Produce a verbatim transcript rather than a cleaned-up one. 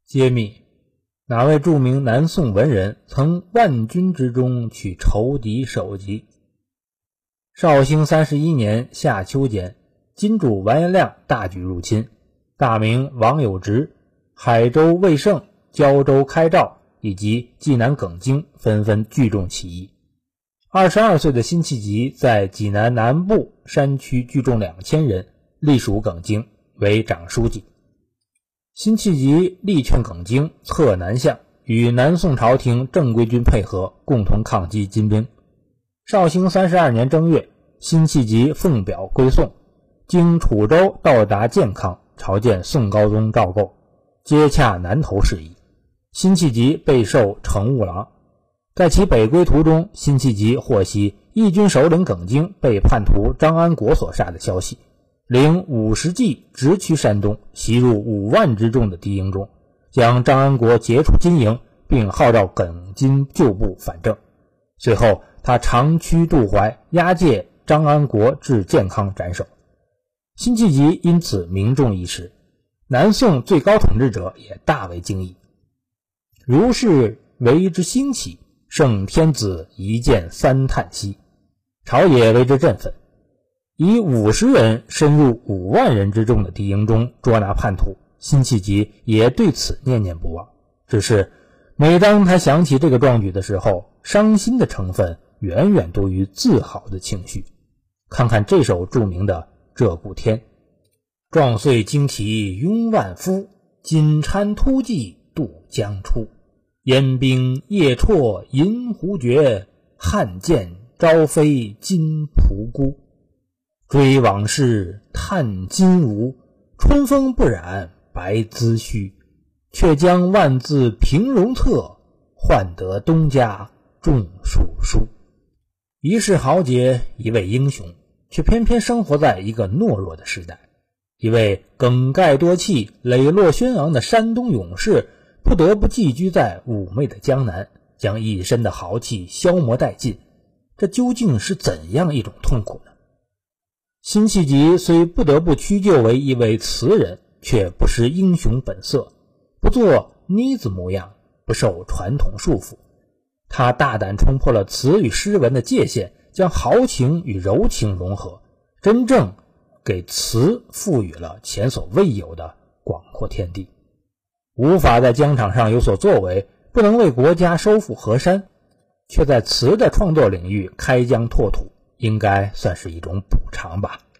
揭秘：哪位著名南宋文人曾万军之中取仇敌首级？绍兴三十一年夏秋间，金主完颜亮大举入侵，大名王有直、海州魏胜、胶州开赵以及济南耿京纷纷聚众起义。二十二岁的辛弃疾在济南南部山区聚众两千人，隶属耿京，为长书记。辛弃疾力劝耿京策南向，与南宋朝廷正规军配合，共同抗击金兵。绍兴三十二年正月，辛弃疾奉表归宋，经楚州到达建康，朝见宋高宗赵构，接洽南投事宜。辛弃疾被授乘务郎。在其北归途中，辛弃疾获悉义军首领耿京被叛徒张安国所杀的消息，领五十骑直驱山东，袭入五万之众的敌营中，将张安国劫出金营，并号召耿京旧部反正。随后他长驱渡淮，押解张安国至建康斩首。辛弃疾因此名重一时，南宋最高统治者也大为惊异。如是为之兴起，圣天子一见三叹息，朝野为之振奋。以五十人深入五万人之众的敌营中捉拿叛徒，辛弃疾也对此念念不忘。只是每当他想起这个壮举的时候，伤心的成分远远多于自豪的情绪。看看这首著名的《鹧鸪天》：壮岁旌旗拥万夫，锦衫突骑渡江出。燕兵夜绰银狐绝，汉剑朝飞金仆孤。追往事叹今无，春风不染白髭须。却将万字平戎策，换得东家种蜀书。一世豪杰，一位英雄，却偏偏生活在一个懦弱的时代。一位梗概多气、磊落轩昂的山东勇士，不得不寄居在妩媚的江南，将一身的豪气消磨殆尽。这究竟是怎样一种痛苦呢？辛弃疾虽不得不屈就为一位词人，却不失英雄本色，不做妮子模样，不受传统束缚。他大胆冲破了词与诗文的界限，将豪情与柔情融合，真正给词赋予了前所未有的广阔天地。无法在疆场上有所作为，不能为国家收复河山，却在词的创作领域开疆拓土，应该算是一种补偿吧。